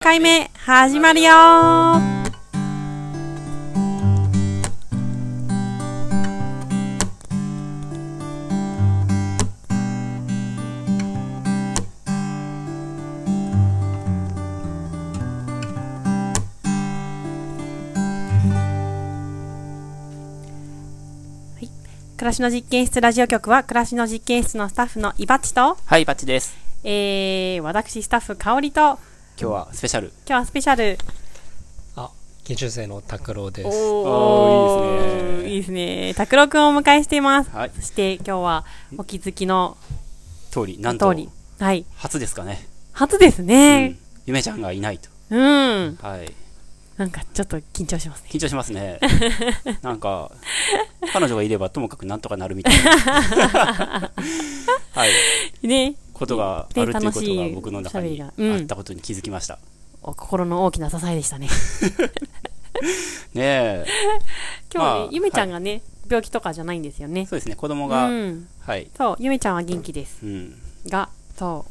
回目始まるよー。暮らしの実験室ラジオ局は暮らしの実験室のスタッフのいばっちと、 はい、バッチです。 私スタッフかおりと、 今日はスペシャル。 研修生の拓郎です。 おー、いいですね。拓郎くんをお迎えしています。 はい、 そして今日はお気づきの通り、なんとはい、 初ですかね。 初ですね。 ゆめちゃんがいないと。はい。 なんかちょっと緊張しますね。 緊張しますね。なんか彼女がいればともかくなんとかなるみたいなはいね、ことがあるということが僕の中にあったことに気づきました。 心の大きな支えでしたね。 ねえ。 今日ね、ゆめちゃんがね、病気とかじゃないんですよね。 そうですね、子供が、はい。 そう、ゆめちゃんは元気です。が、そう、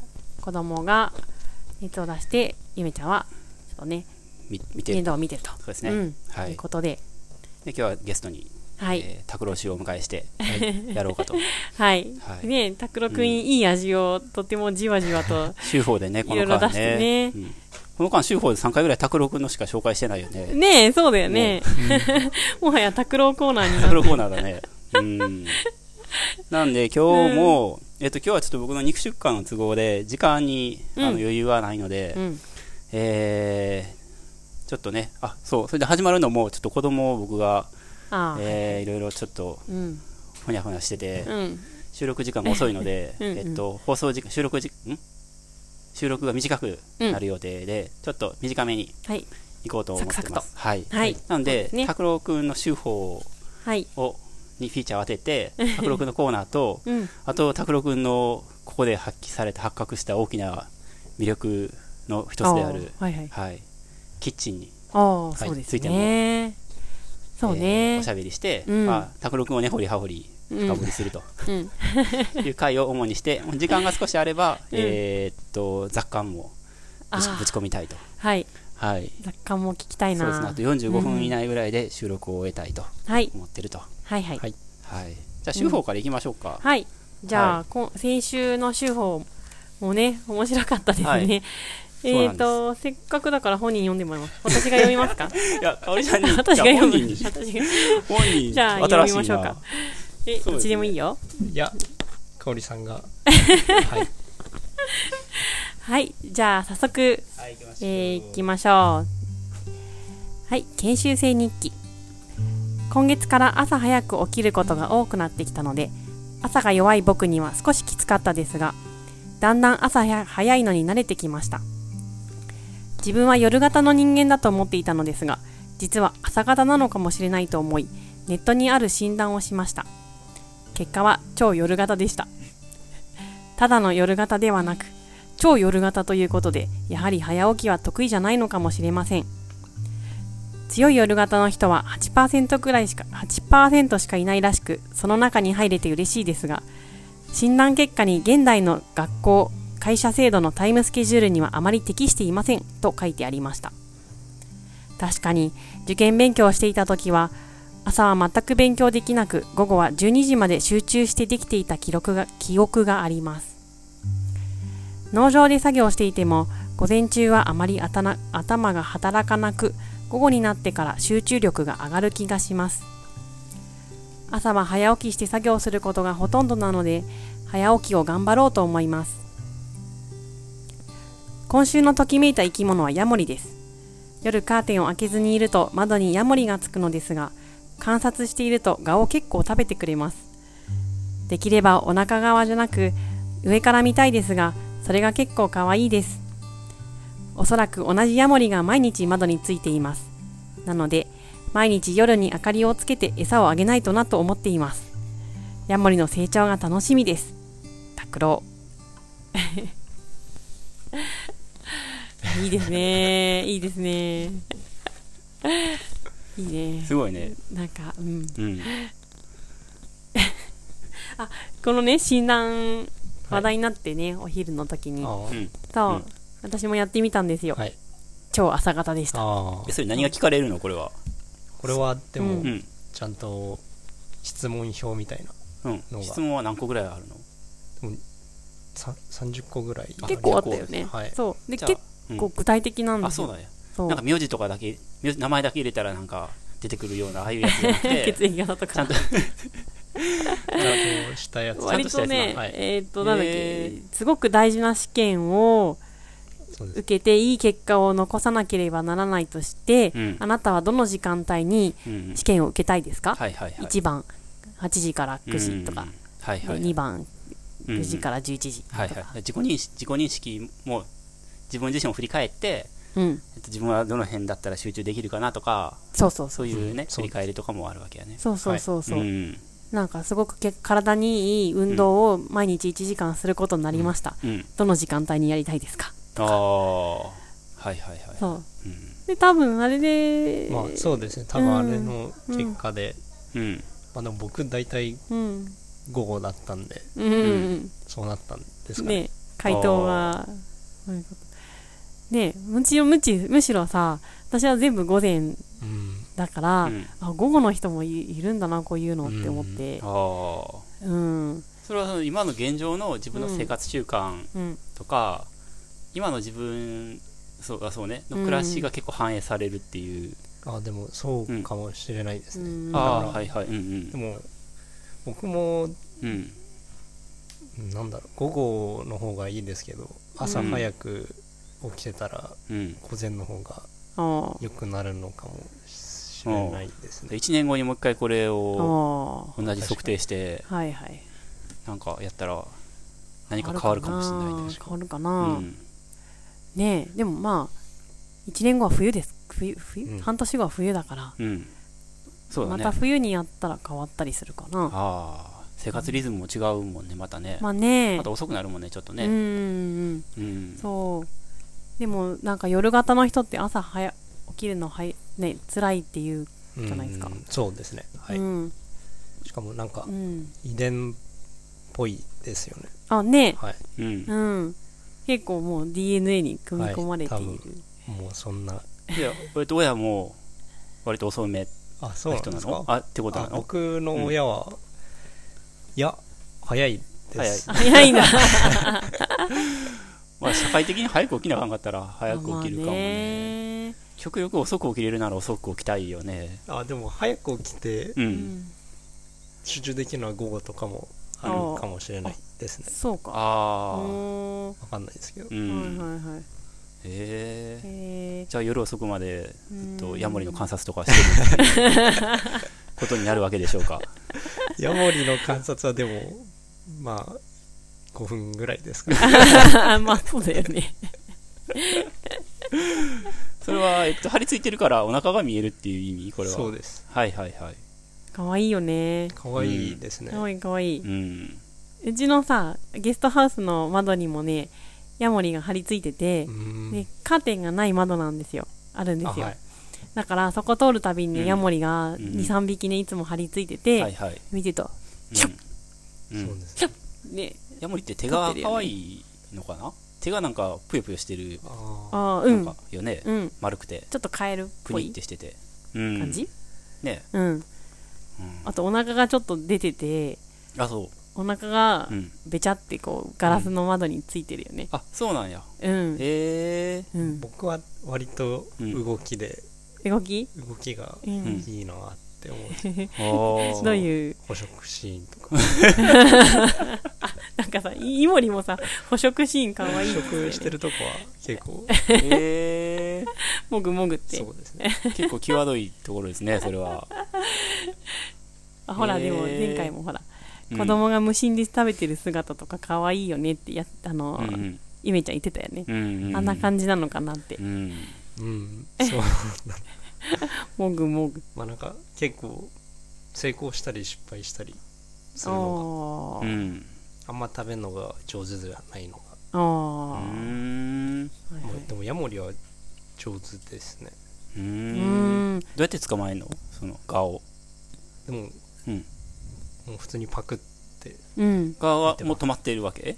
子供が熱を出して、ゆめちゃんはちょっとね、面倒を見てると。 そうですね。 ということで、 今日はゲストに拓郎氏をお迎えしてやろうかと。 はい。ね、拓郎くんいい味をとてもじわじわと週報でね、この間ね。この間週報で3回ぐらい拓郎くんのしか紹介してないよね。 ねえ、そうだよね。もはや拓郎コーナーになって。 拓郎コーナーだね。なんで今日も今日はちょっと僕の肉出荷の都合で時間に余裕はないので、ちょっとね、それで始まるのもちょっと子供を僕がいろいろちょっとほにゃほにゃしてて、収録時間が遅いので放送時間収録が短くなる予定で、ちょっと短めにいこうと思ってます。なので拓郎くんの手法にフィーチャーを当てて、拓郎くんのコーナーとあと拓郎くんのここで発覚した大きな魅力の一つであるキッチンについてもおしゃべりして、拓郎くんを根掘り葉掘り深掘りするという回を主にして、時間が少しあれば雑感もぶち込みたいと。 雑感も聞きたいな。 そうですね。あと45分以内ぐらいで収録を終えたいと思ってると。じゃあ週報からいきましょうか。 じゃあ先週の週報もね、面白かったですね。せっかくだから本人読んでもらいます。私が読みますか？ いや、かおりちゃんに。 私が読む。じゃあ読みましょうか。どっちでもいいよ。 いや、かおりさんが。 はい、じゃあ早速いきましょう。はい、研修生日記。今月から朝早く起きることが多くなってきたので、朝が弱い僕には少しきつかったですが、だんだん朝早いのに慣れてきました。自分は夜型の人間だと思っていたのですが、実は朝型なのかもしれないと思い、ネットにある診断をしました。結果は超夜型でした。ただの夜型ではなく、超夜型ということで、やはり早起きは得意じゃないのかもしれません。強い夜型の人は 8% しかいないらしく、その中に入れて嬉しいですが、診断結果に現代の学校、会社制度のタイムスケジュールにはあまり適していませんと書いてありました。確かに受験勉強をしていた時は朝は全く勉強できなく、午後は12時まで集中してできていた記憶があります。農場で作業していても午前中はあまり頭が働かなく、午後になってから集中力が上がる気がします。朝は早起きして作業することがほとんどなので、早起きを頑張ろうと思います。今週のときめいた生き物はヤモリです。夜カーテンを開けずにいると窓にヤモリがつくのですが、観察していると蛾を結構食べてくれます。できればお腹側じゃなく上から見たいですが、それが結構可愛いです。おそらく同じヤモリが毎日窓についています。なので毎日夜に明かりをつけて餌をあげないとなと思っています。ヤモリの成長が楽しみです。拓郎。いいですね。いいですね。いいね。 すごいね。 なんか、このね、診断話題になってね、お昼の時に。そう、私もやってみたんですよ。 超朝方でした。 それ何が聞かれるのこれは。 これはでも、ちゃんと質問表みたいなのが、 質問は何個ぐらいあるの？ でも30個ぐらい結構あったよね。そうで結構具体的なんですよ。 そうだよ。なんか名字とかだけ、名前だけ入れたらなんか出てくるようなああいうやつじゃなくて血液型とかちゃんとしたやつ、 割とね、なんだっけ、すごく大事な試験を受けていい結果を残さなければならないとして、あなたはどの時間帯に試験を受けたいですか？1番8時から9時とか、2番9時から11時とか、 自己認識も自分自身を振り返って、自分はどの辺だったら集中できるかなとか、そういうね、振り返りとかもあるわけやね。なんかすごく体にいい運動を毎日1時間することになりました。どの時間帯にやりたいですか？で多分あれで、 まあそうですね。多分あれの結果で、まあでも僕大体午後だったんで、そうなったんですかね。 回答がね、むしろさ、私は全部午前だから、午後の人もいるんだな、こういうのって思って。 それは今の現状の自分の生活習慣とか、今の自分そうねの暮らしが結構反映されるっていう。 でもそうかもしれないですね。でも僕もなんだろう、午後の方がいいですけど、朝早く起きてたら午前の方が良くなるのかもしれないですね。 1年後にもう一回これを同じ測定してなんかやったら何か変わるかもしれないです。 変わるかな。ねえ、でもまあ1年後は冬です。半年後は冬だから、また冬にやったら変わったりするかな。 生活リズムも違うもんね、またね。また遅くなるもんね、ちょっとね。そうでもなんか夜型の人って朝起きるのね、辛いっていうじゃないですか。 そうですね。しかもなんか遺伝っぽいですよね。 ね、結構もう DNA に組み込まれている。 もうそんな。 親も割と遅めな人なの？ってことなの？ 僕の親は、いや早いです。 早いな。 まあ社会的に早く起きなあかんかったら早く起きるかもね。極力遅く起きれるなら遅く起きたいよね。 でも早く起きて集中できるのは午後とかもあるかもしれないですね。 そうか。 わかんないですけど。 じゃあ夜遅くまでヤモリの観察とかしてることになるわけでしょうか。 ヤモリの観察はでもまあ5分ぐらいですかね。まあそうだよね。 それは張り付いてるからお腹が見えるっていう意味？これはそうです。 かわいいよね。 かわいいですね。 かわいい。うちのさゲストハウスの窓にもねヤモリが張り付いてて、でカーテンがない窓なんですよ。あるんですよ。だからそこ通るたびにヤモリが 2,3 匹ねいつも張り付いてて、見てるとシュッシュッね。 ヤモリって手が可愛いのかな？手がなんかぷよぷよしてるよね。丸くてちょっとカエルっぽいプニってしてて感じね。 あとお腹がちょっと出てて、お腹がべちゃってこうガラスの窓についてるよね。 そうなんや。 僕は割と動きがいいなって思う。 どういう捕食シーンとか。 なんかさ、イモリもさ捕食シーンかわいい。 捕食してるとこは結構もぐもぐって。 そうですね。 結構際どいところですね、それは。 ほらでも前回もほら子供が無心で食べてる姿とか可愛いよねってゆめちゃん言ってたよね。あんな感じなのかなって。 そうもぐもぐ。 まあなんか結構成功したり失敗したりするのがあんま食べるのが上手じゃないのが。でもヤモリは上手ですね。 どうやって捕まえるの？そのガを。 でももう普通にパクって。 ガはもう止まっているわけ？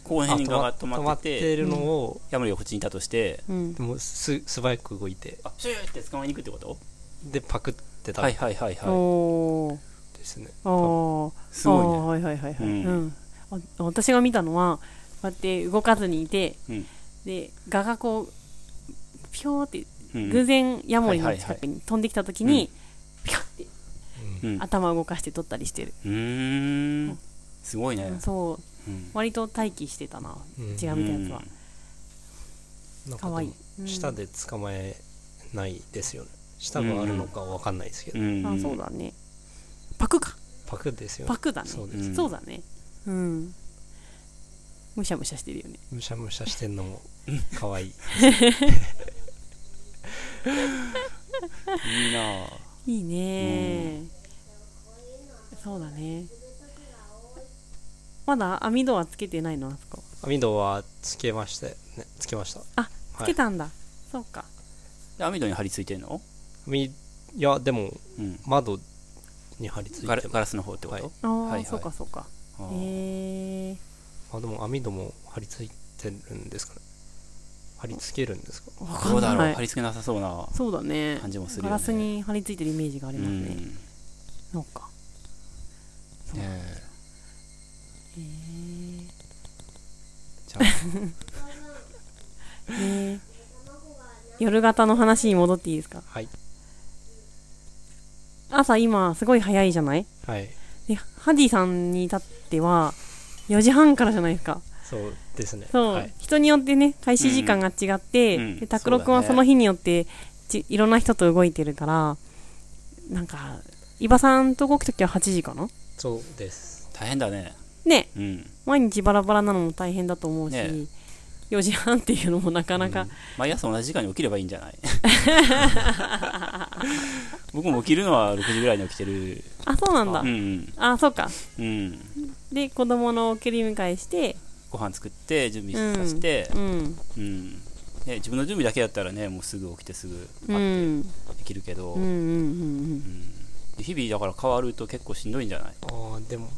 この辺が止まっててるのをヤモリがこっちにいたとして、 でも素早く動いてシューって捕まえに行くってこと？ でパクってた。 はいはいはいはい。 おーですね。 すごいね。はいはいはいはい。私が見たのはこうやって動かずにいて、で蛾がこうピョーって偶然ヤモリの近くに飛んできた時にピョって頭動かして取ったりしてる。 すごいね。 そう、割と待機してたな、違うみたいなやつは。かわいい。 舌で捕まえないですよね。舌があるのかわかんないですけど。 あ、そうだね。パクか。 パクですよね。 パクだね。そうだね。むしゃむしゃしてるよね。 むしゃむしゃしてんのもかわいい。いいな。 いいね。そうだね。まだ網戸はつけてないの？あそこ。 網戸はつけましたね。つけました。 あ、つけたんだ。そうか。 網戸に張り付いてんの？ いやでも窓に張り付いてます。 ガラスの方ってこと？ ああ、そうかそうか。へえ。 あ、でも網戸も張り付いてるんですかね。張り付けるんですか？ どうだろう。張り付けなさそうな。 そうだね。 感じもするよね。 ガラスに張り付いてるイメージがありますね。そうか。じゃあ夜型の話に戻っていいですか？ はい。 朝今すごい早いじゃない？ はい。 でハディさんに至っては4時半からじゃないですか。 そうですね。 そう、はい、人によってね開始時間が違って、で拓郎くんはその日によっていろんな人と動いてるから、なんか伊庭さんと動くときは8時かな？ そうです。 大変だね。 ね、毎日バラバラなのも大変だと思うし、4時半っていうのもなかなか、 毎朝同じ時間に起きればいいんじゃない？僕も起きるのは6時ぐらいに起きてる。 あ、そうなんだ。あ、そうか。で子供の送り迎えしてご飯作って準備させて、自分の準備だけだったらねもうすぐ起きてすぐパッてできるけど、日々だから変わると結構しんどいんじゃない？ ああ、でも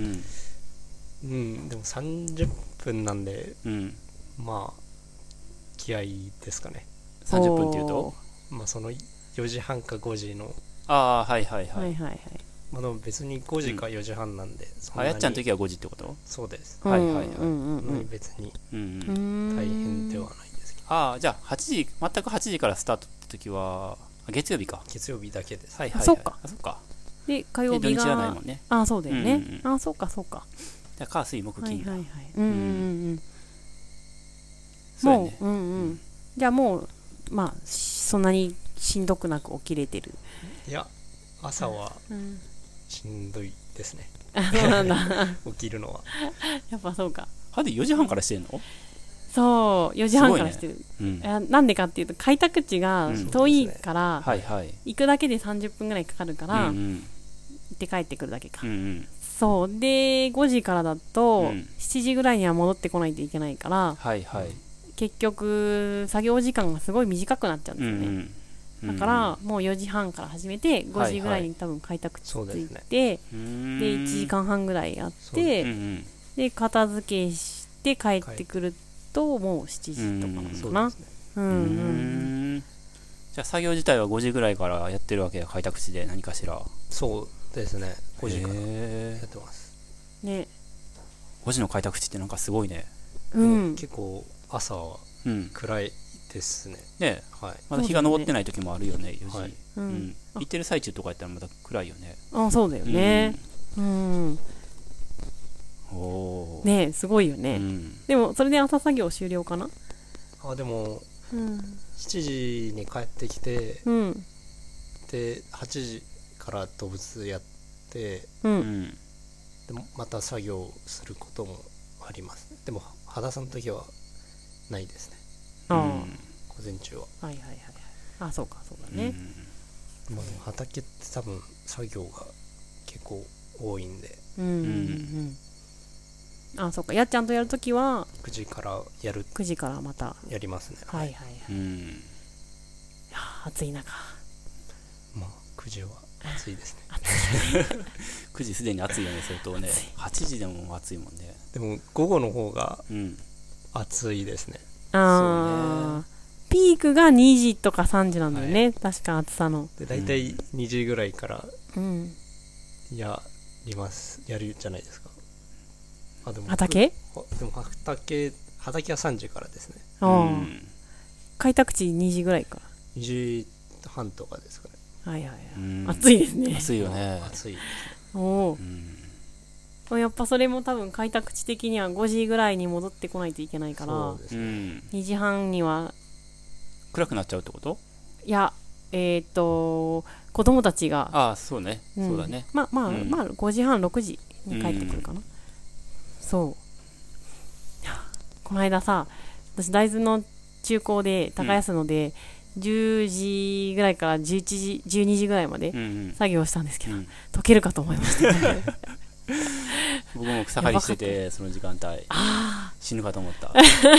でも30分なんで、まあ気合いですかね。 30分っていうと、 まあその4時半か5時の、 はいはいはい。 まあでも別に5時か4時半なんで、 やっちゃんの時は5時ってこと？ そうです。 はいはいはい。 別に大変ではないですけど。じゃあ8時、全く8時からスタートって時は月曜日か。 月曜日だけです。 はいはい。 そうか。 そうか。 で火曜日が土日はないもんね。 あ、そうだよね。あ、そうかそうか。 じゃあ火水木金だ。 もうじゃあもうまあそんなにしんどくなく起きれてる？ いや朝はしんどいですね。 そうなんだ。 起きるのはやっぱそうか。 はで4時半からしてんの？ そう4時半からしてる。なんでかっていうと開拓地が遠いから行くだけで30分ぐらいかかるから、行って帰ってくるだけか。そうで5時からだと7時ぐらいには戻ってこないといけないから、結局作業時間がすごい短くなっちゃうんですよね。だからもう4時半から始めて5時ぐらいに多分開拓地着いて、で1時間半ぐらいやって、で片付けして帰ってくるともう7時とかなのかな。 じゃあ作業自体は5時ぐらいからやってるわけや、開拓地で何かしら。 そうですね、5時からやってますね。 5時の開拓地ってなんかすごいね。 結構朝は暗いですね。 ね、まだ日が昇ってない時もあるよね、4時。行ってる最中とかやったらまだ暗いよね。 あ、そうだよね。ね、すごいよね。でもそれで朝作業終了かな？ でも7時に帰ってきて、で8時から動物やって、でもまた作業することもあります。でも肌さんの時はないですね。午前中は。はいはいはい。 あ、そうかそうだね。 まあでも畑って多分作業が結構多いんで。 あ、そうか。やっちゃんとやるときは 9時からやる。 9時からまたやりますね。 はいはいはい。いや暑い中。 まあ9時は暑いですね。 9時すでに暑いよね、相当ね。8時でも暑いもんね。 でも午後の方が暑いですね。 ああ、ピークが2時とか3時なんだよね、確か暑さの。 で大体2時ぐらいからやるじゃないですか。でも畑は3時からですね。 開拓地2時ぐらいか。 2時半とかですかね。 はいはいはい。暑いですね。 暑いよね。 暑いですね。 おお。やっぱそれも多分開拓地的には5時ぐらいに戻ってこないといけないから、 そうですね。 2時半には暗くなっちゃうってこと？ いや、子供たちが。 ああ、そうね。そうだね。 まあ5時半6時に帰ってくるかな。そう。この間さ、私大豆の中高で耕すので、10時ぐらいから11時12時ぐらいまで作業したんですけど、溶けるかと思いましたね。 僕も草刈りしてて、その時間帯死ぬかと思った。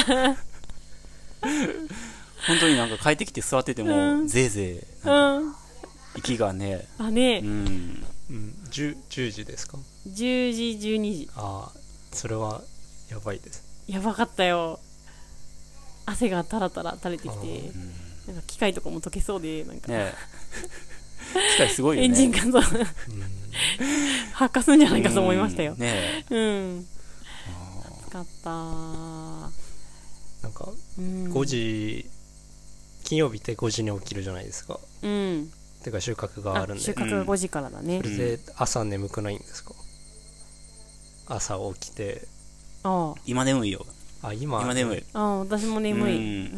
本当になんか帰ってきて座っててもぜいぜい息がね。 あね。 10時ですか ？10時12時。 それはやばいです。 やばかったよ。汗がタラタラ垂れてきて、なんか機械とかも溶けそうで、なんかね、機械すごいよね。 エンジンが発火するんじゃないかと思いましたよ。 ね、 暑かった。 なんか5時、金曜日って5時に起きるじゃないですか。てか収穫があるんで。 収穫が5時からだね。 それで朝眠くないんですか？朝起きて。 今眠いよ。今眠い。 私も眠い。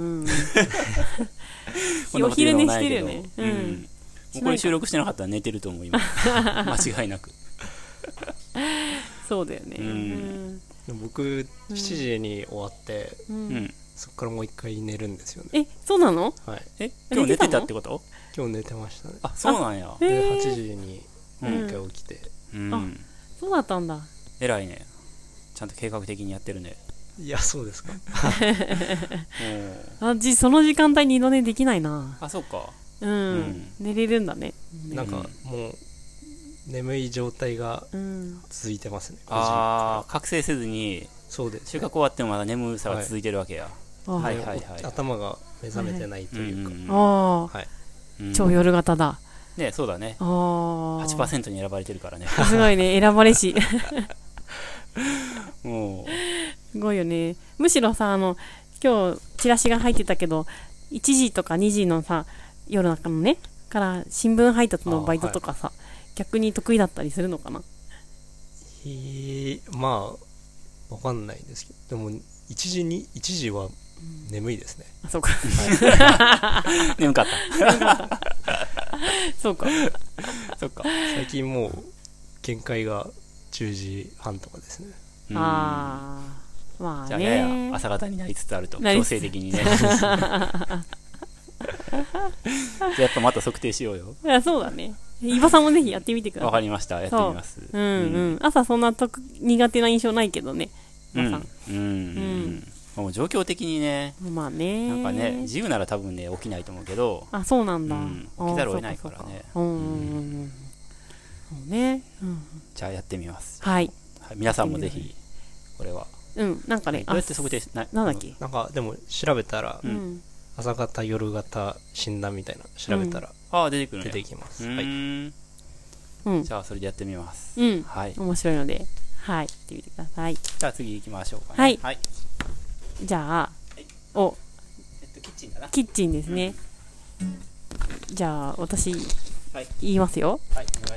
お昼寝してるよね。 これ収録してなかったら寝てると思う、今。間違いなく。 そうだよね。 僕7時に終わって、そっからもう一回寝るんですよね。 そうなの？ はい。 今日寝てたってこと？ 今日寝てましたね。 そうなんや。 で8時にもう一回起きて。 そうだったんだ。 偉いね。ちゃんと計画的にやってるね。 いや、そうですか。 その時間帯に二度寝できないな。 そうか。 寝れるんだね。 なんかもう眠い状態が続いてますね。 覚醒せずに。 そうです。 収穫終わってもまだ眠さが続いてるわけや。 頭が目覚めてないというか。 超夜型だ。 ね、そうだね。8% に選ばれてるからね。 すごいね、選ばれし。すごいよね。むしろさ、今日チラシが入ってたけど、1時とか2時のさ、夜中のねから新聞配達のバイトとかさ、逆に得意だったりするのかな？ まあわかんないですけど、でも1時は眠いですね。 そうか。 眠かった。 そうか。 そうか。 最近もう限界が10時半とかですね。 まあね。 じゃあやや朝方になりつつあると、強制的にね。じゃあやっぱまた測定しようよ。 いや、そうだね。伊庭さんもぜひやってみてください。 わかりました。やってみます。 朝そんな苦手な印象ないけどね。 もう状況的にね。 まあね。 なんかね、自由なら多分ね起きないと思うけど。 そうなんだ。 起きざるを得ないからね。 そうね。 じゃあやってみます。 はい。 皆さんもぜひこれは。 なんかね。 どうやって測定なんだっけ？ なんかでも調べたら朝型夜型診断みたいな調べたら出てくるね。 出てきます。 じゃあそれでやってみます。 はい。面白いので、やってみてください。 じゃあ次行きましょうかね。 はい。じゃあキッチンだな。 キッチンですね。じゃあ私言いますよ。